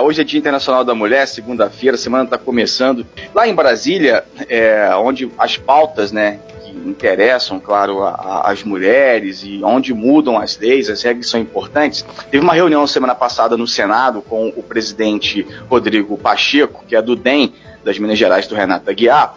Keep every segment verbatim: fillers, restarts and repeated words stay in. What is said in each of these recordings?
Hoje é Dia Internacional da Mulher, segunda-feira, a semana está começando. Lá em Brasília, é, onde as pautas, né, que interessam, claro, a, a, as mulheres e onde mudam as leis, as regras são importantes. Teve uma reunião semana passada no Senado com o presidente Rodrigo Pacheco, que é do D E M, das Minas Gerais, do Renato Aguiar.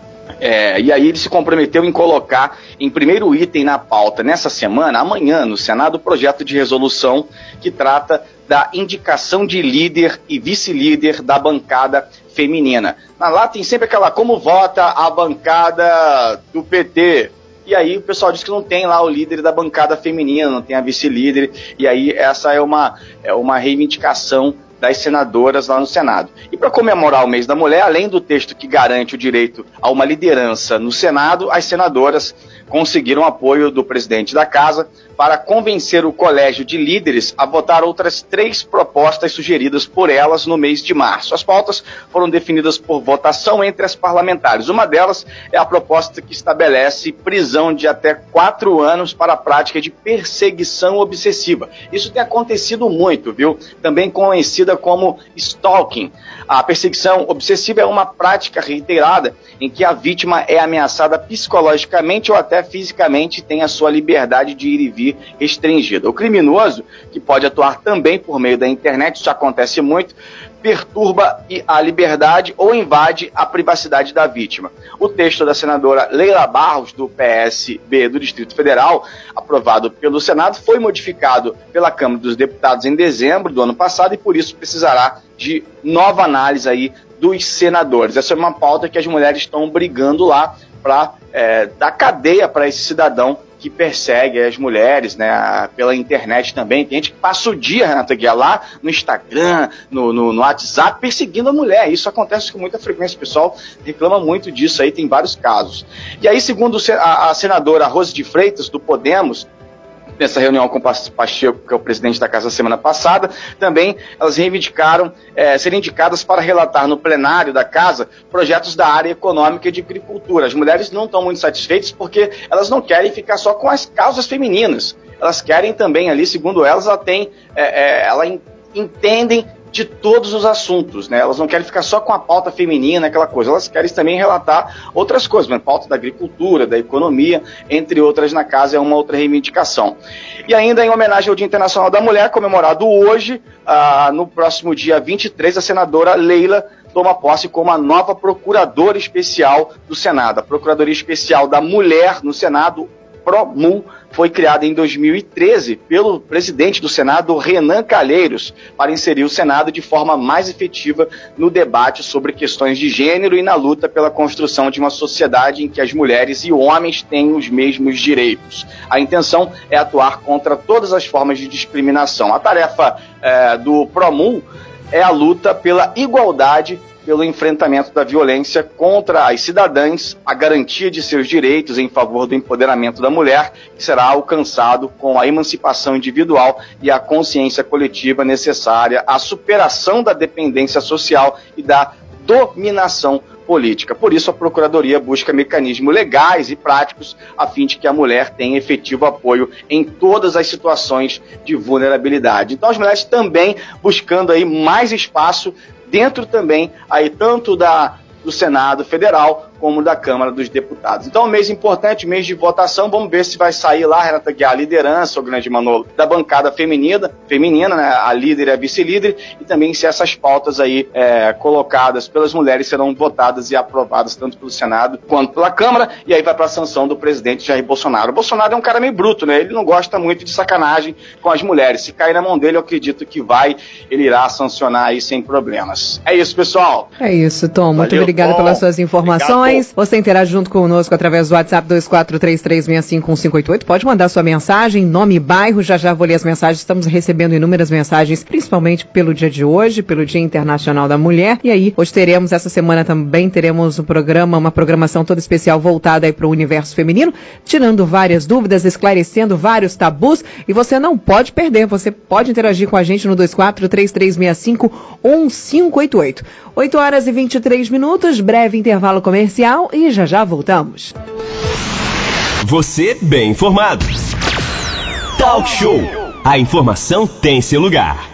É, e aí ele se comprometeu em colocar em primeiro item na pauta, nessa semana, amanhã, no Senado, o projeto de resolução que trata da indicação de líder e vice-líder da bancada feminina. Lá tem sempre aquela, como vota a bancada do P T? E aí o pessoal diz que não tem lá o líder da bancada feminina, não tem a vice-líder, e aí essa é uma, é uma reivindicação das senadoras lá no Senado. E para comemorar o mês da mulher, além do texto que garante o direito a uma liderança no Senado, as senadoras conseguiram apoio do presidente da Casa para convencer o colégio de líderes a votar outras três propostas sugeridas por elas no mês de março. As pautas foram definidas por votação entre as parlamentares. Uma delas é a proposta que estabelece prisão de até quatro anos para a prática de perseguição obsessiva. Isso tem acontecido muito, viu? Também conhecida como stalking. A perseguição obsessiva é uma prática reiterada em que a vítima é ameaçada psicologicamente ou até fisicamente e tem a sua liberdade de ir e vir restringida. O criminoso, que pode atuar também por meio da internet, isso acontece muito, perturba a liberdade ou invade a privacidade da vítima. O texto da senadora Leila Barros, do P S B do Distrito Federal, aprovado pelo Senado, foi modificado pela Câmara dos Deputados em dezembro do ano passado e por isso precisará de nova análise aí dos senadores. Essa é uma pauta que as mulheres estão brigando lá para é, dar cadeia para esse cidadão que persegue as mulheres, né, pela internet também. Tem gente que passa o dia, Renato Aguiar, lá no Instagram, no, no, no WhatsApp, perseguindo a mulher. Isso acontece com muita frequência, o pessoal reclama muito disso aí, tem vários casos. E aí, segundo a, a senadora Rose de Freitas, do Podemos, nessa reunião com o Pacheco, que é o presidente da Casa, semana passada, também elas reivindicaram é, serem indicadas para relatar no plenário da Casa projetos da área econômica e de agricultura. As mulheres não estão muito satisfeitas porque elas não querem ficar só com as causas femininas. Elas querem também ali, segundo elas, ela tem, é, é, ela en- entendem de todos os assuntos, né? Elas não querem ficar só com a pauta feminina, aquela coisa. Elas querem também relatar outras coisas, mas pauta da agricultura, da economia, entre outras na Casa, é uma outra reivindicação. E ainda em homenagem ao Dia Internacional da Mulher, comemorado hoje, ah, no próximo dia vinte e três, a senadora Leila toma posse como a nova procuradora especial do Senado. A Procuradoria Especial da Mulher no Senado, PROMUL, foi criada em dois mil e treze pelo presidente do Senado, Renan Calheiros, para inserir o Senado de forma mais efetiva no debate sobre questões de gênero e na luta pela construção de uma sociedade em que as mulheres e homens têm os mesmos direitos. A intenção é atuar contra todas as formas de discriminação. A tarefa é, do PROMUL é a luta pela igualdade, pelo enfrentamento da violência contra as cidadãs, a garantia de seus direitos em favor do empoderamento da mulher, que será alcançado com a emancipação individual e a consciência coletiva necessária à superação da dependência social e da dominação política. Por isso, a Procuradoria busca mecanismos legais e práticos a fim de que a mulher tenha efetivo apoio em todas as situações de vulnerabilidade. Então, as mulheres também buscando aí mais espaço dentro também, aí, tanto da, do Senado Federal como da Câmara dos Deputados. Então, um mês importante, mês de votação, vamos ver se vai sair lá, Renata Aguiar, a liderança, o grande Manolo, da bancada feminina, feminina, né, a líder e a vice-líder, e também se essas pautas aí é, colocadas pelas mulheres serão votadas e aprovadas tanto pelo Senado quanto pela Câmara, e aí vai para a sanção do presidente Jair Bolsonaro. O Bolsonaro é um cara meio bruto, né? Ele não gosta muito de sacanagem com as mulheres. Se cair na mão dele, eu acredito que vai, ele irá sancionar aí sem problemas. É isso, pessoal. É isso, Tom. Muito Valeu, obrigada Tom. pelas suas informações. Obrigado. Você interage junto conosco através do WhatsApp dois quatro três três seis cinco um cinco oito oito. Pode mandar sua mensagem, nome e bairro. Já já vou ler as mensagens. Estamos recebendo inúmeras mensagens, principalmente pelo dia de hoje, pelo Dia Internacional da Mulher. E aí, hoje teremos, essa semana também, teremos um programa, uma programação toda especial voltada aí para o universo feminino, tirando várias dúvidas, esclarecendo vários tabus. E você não pode perder. Você pode interagir com a gente no dois quatro três três seis cinco um cinco oito oito. oito horas e vinte e três minutos, breve intervalo comercial e já já voltamos. Você bem informado. Talk Show. A informação tem seu lugar.